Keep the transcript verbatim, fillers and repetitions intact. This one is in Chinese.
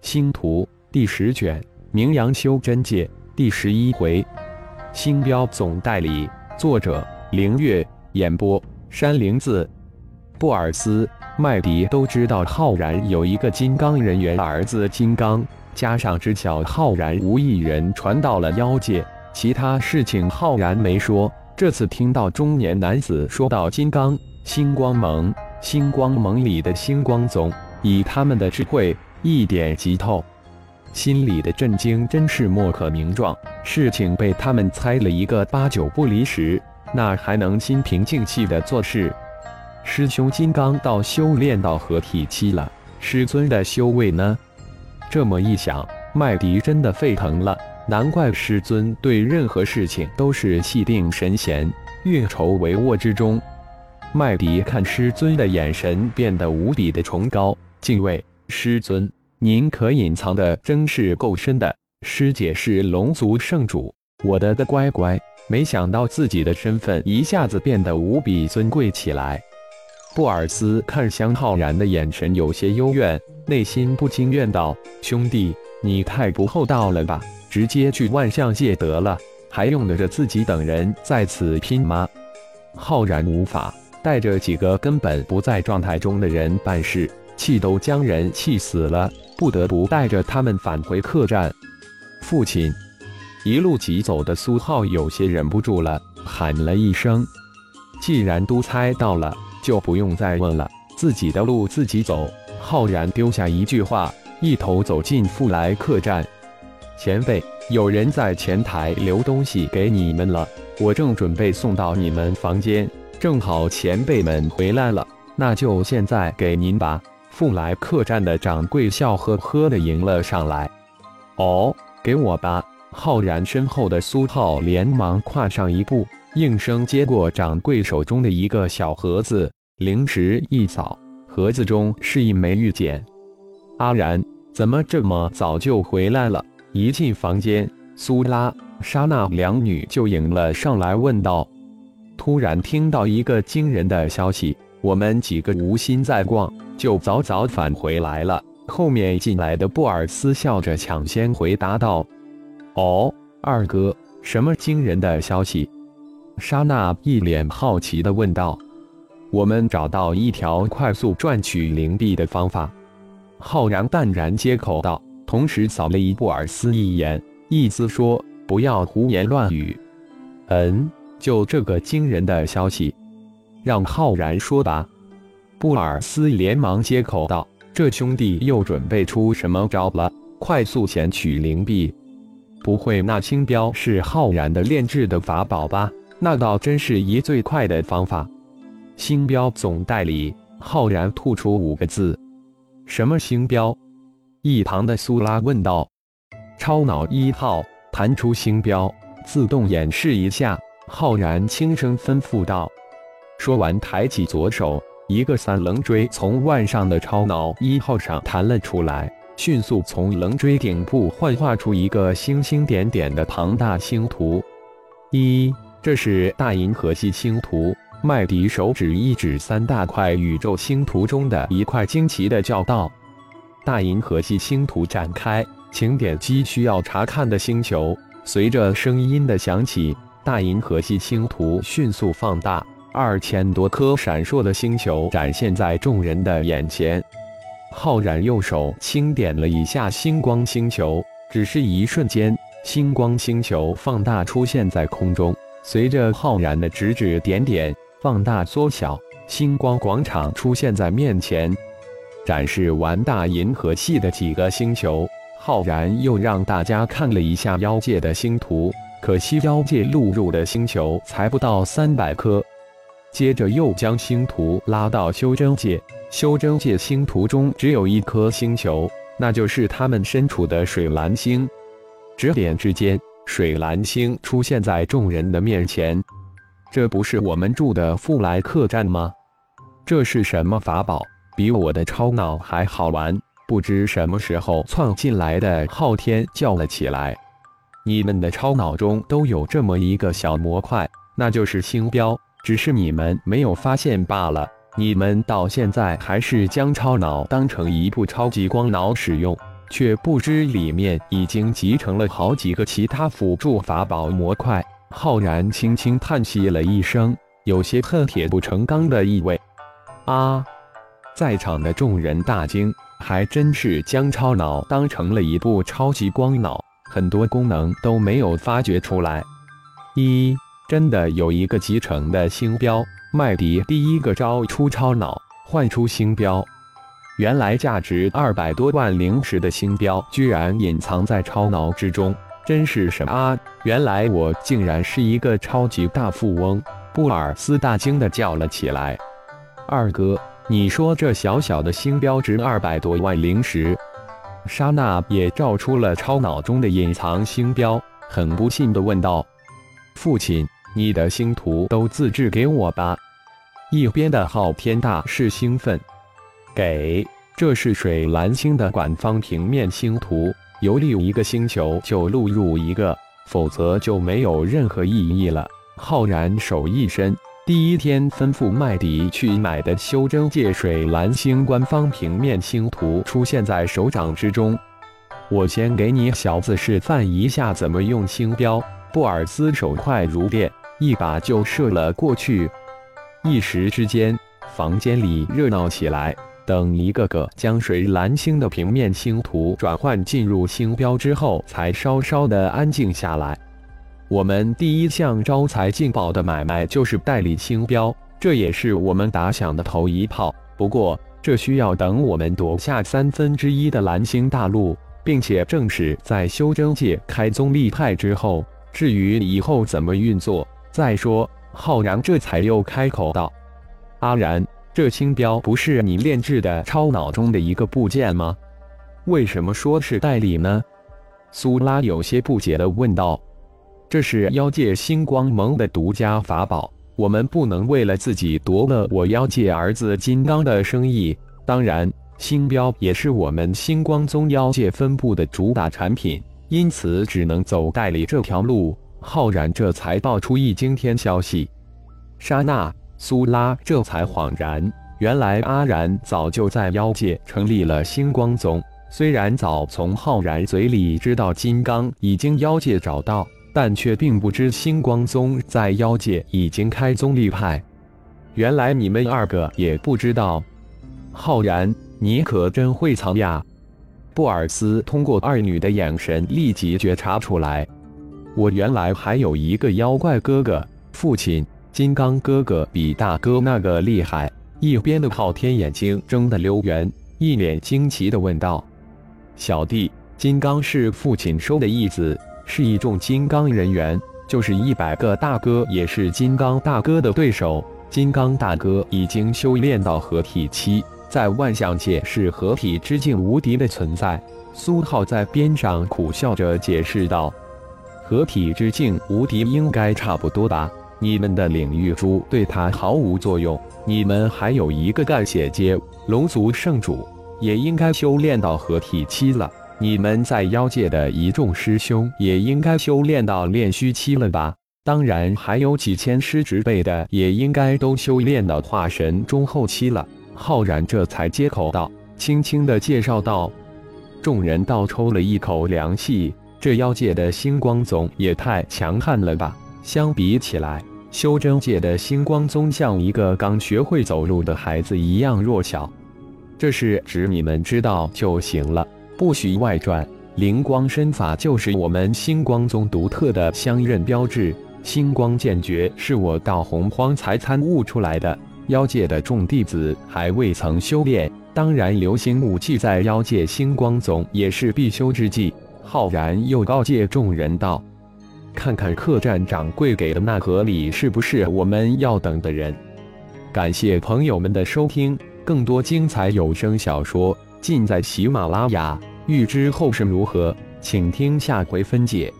星图第十卷，名扬修真界第十一回，星标总代理，作者凌月，演播山灵子。布尔斯、麦迪都知道浩然有一个金刚人猿儿子金刚，加上知晓浩然无一人传到了妖界，其他事情浩然没说。这次听到中年男子说到金刚、星光盟，星光盟里的星光宗，以他们的智慧一点即透，心里的震惊真是莫可名状。事情被他们猜了一个八九不离十，那还能心平气静地做事？师兄金刚到修炼到合体期了，师尊的修为呢？这么一想，麦迪真的沸腾了。难怪师尊对任何事情都是气定神闲，运筹帷幄之中。麦迪看师尊的眼神变得无比的崇高敬畏。师尊，您可隐藏的真是够深的。师姐是龙族圣主，我的的乖乖，没想到自己的身份一下子变得无比尊贵起来。布尔斯看向浩然的眼神有些幽怨，内心不禁怨道：兄弟，你太不厚道了吧，直接去万象界得了，还用得着自己等人在此拼吗？浩然无法，带着几个根本不在状态中的人办事，气都将人气死了，不得不带着他们返回客栈。父亲！一路疾走的苏浩有些忍不住了，喊了一声。既然都猜到了，就不用再问了，自己的路自己走。浩然丢下一句话，一头走进富来客栈。前辈，有人在前台留东西给你们了，我正准备送到你们房间，正好前辈们回来了，那就现在给您吧。富来客栈的掌柜笑呵呵地迎了上来。哦，给我吧。浩然身后的苏浩连忙跨上一步，应声接过掌柜手中的一个小盒子，灵石一扫，盒子中是一枚玉简。阿然，怎么这么早就回来了？一进房间，苏拉、莎娜两女就迎了上来，问道：突然听到一个惊人的消息，我们几个无心再逛，就早早返回来了。后面进来的布尔斯笑着抢先回答道：哦，二哥，什么惊人的消息？莎娜一脸好奇地问道。我们找到一条快速赚取灵币的方法。浩然淡然接口道，同时扫了一布尔斯一眼，意思说不要胡言乱语。嗯，就这个惊人的消息，让浩然说吧。布尔斯连忙接口道，这兄弟又准备出什么招了？快速钱取灵币？不会那星标是浩然的炼制的法宝吧？那倒真是一最快的方法。星标总代理，浩然吐出五个字。什么星标？一旁的苏拉问道。超脑一号，弹出星标，自动演示一下。浩然轻声吩咐道。说完抬起左手，一个三棱锥从腕上的超脑一号上弹了出来，迅速从棱锥顶部幻化出一个星星点点的庞大星图。一，这是大银河系星图。麦迪手指一指三大块宇宙星图中的一块，惊奇地叫道：大银河系星图展开，请点击需要查看的星球。随着声音的响起，大银河系星图迅速放大，二千多颗闪烁的星球展现在众人的眼前。浩然右手轻点了一下星光星球，只是一瞬间，星光星球放大出现在空中，随着浩然的指指点点，放大缩小，星光广场出现在面前。展示完大银河系的几个星球，浩然又让大家看了一下妖界的星图，可惜妖界录入的星球才不到三百颗。接着又将星图拉到修真界，修真界星图中只有一颗星球，那就是他们身处的水蓝星。指点之间，水蓝星出现在众人的面前。这不是我们住的富来客栈吗？这是什么法宝？比我的超脑还好玩，不知什么时候窜进来的昊天叫了起来。你们的超脑中都有这么一个小模块，那就是星标，只是你们没有发现罢了。你们到现在还是将超脑当成一部超级光脑使用， 却不知里面已经集成了好几个其他辅助法宝模块。浩然轻轻叹息了一声，有些恨铁不成钢的意味。啊！在场的众人大惊，还真是将超脑当成了一部超级光脑，很多功能都没有发掘出来。一，真的有一个集成的星标，麦迪第一个招出超脑，换出星标。原来价值二百多万灵石的星标，居然隐藏在超脑之中，真是什么啊！原来我竟然是一个超级大富翁！布尔斯大惊地叫了起来。二哥，你说这小小的星标值二百多万灵石？莎娜也照出了超脑中的隐藏星标，很不信地问道：“父亲，你的星图都自制给我吧。”一边的昊天大是兴奋：“给，这是水蓝星的官方平面星图，游历一个星球就录入一个，否则就没有任何意义了。”浩然手一伸，第一天吩咐麦迪去买的修真界水蓝星官方平面星图出现在手掌之中。我先给你小子示范一下怎么用星标。布尔斯手快如电，一把就射了过去。一时之间，房间里热闹起来。等一个个将水蓝星的平面星图转换进入星标之后，才稍稍的安静下来。我们第一项招财进宝的买卖就是代理星标，这也是我们打响的头一炮。不过，这需要等我们夺下三分之一的蓝星大陆，并且正式在修真界开宗立派之后。至于以后怎么运作，再说。浩然这才又开口道：“阿然，这星标不是你炼制的超脑中的一个部件吗？为什么说是代理呢？”苏拉有些不解地问道。这是妖界星光盟的独家法宝，我们不能为了自己夺了我妖界儿子金刚的生意。当然，星标也是我们星光宗妖界分部的主打产品，因此只能走代理这条路。浩然这才爆出一惊天消息。莎娜、苏拉这才恍然，原来阿然早就在妖界成立了星光宗。虽然早从浩然嘴里知道金刚已经妖界找到，但却并不知星光宗在妖界已经开宗立派。原来你们二个也不知道。浩然，你可真会藏呀！布尔斯通过二女的眼神立即觉察出来。我原来还有一个妖怪哥哥，父亲，金刚哥哥比大哥那个厉害。一边的昊天眼睛睁得溜圆，一脸惊奇地问道：“小弟，金刚是父亲收的义子，是一众金刚人员，就是一百个大哥也是金刚大哥的对手。金刚大哥已经修炼到合体期，在万象界是合体之境无敌的存在。”苏浩在边上苦笑着解释道：“合体之境无敌应该差不多吧？你们的领域珠对他毫无作用。你们还有一个干血阶龙族圣主，也应该修炼到合体期了。你们在妖界的一众师兄也应该修炼到炼虚期了吧？当然，还有几千师侄辈的也应该都修炼到化神中后期了。”浩然这才接口道，轻轻地介绍道。众人倒抽了一口凉气。这妖界的星光宗也太强悍了吧！相比起来，修真界的星光宗像一个刚学会走路的孩子一样弱小。这事只你们知道就行了，不许外传。灵光身法就是我们星光宗独特的相认标志，星光剑诀是我到洪荒才参悟出来的。妖界的众弟子还未曾修炼，当然流星武器在妖界星光宗也是必修之技。浩然又告诫众人道：“看看客栈掌柜给的那盒礼是不是我们要等的人？”感谢朋友们的收听，更多精彩有声小说尽在喜马拉雅。欲知后事如何，请听下回分解。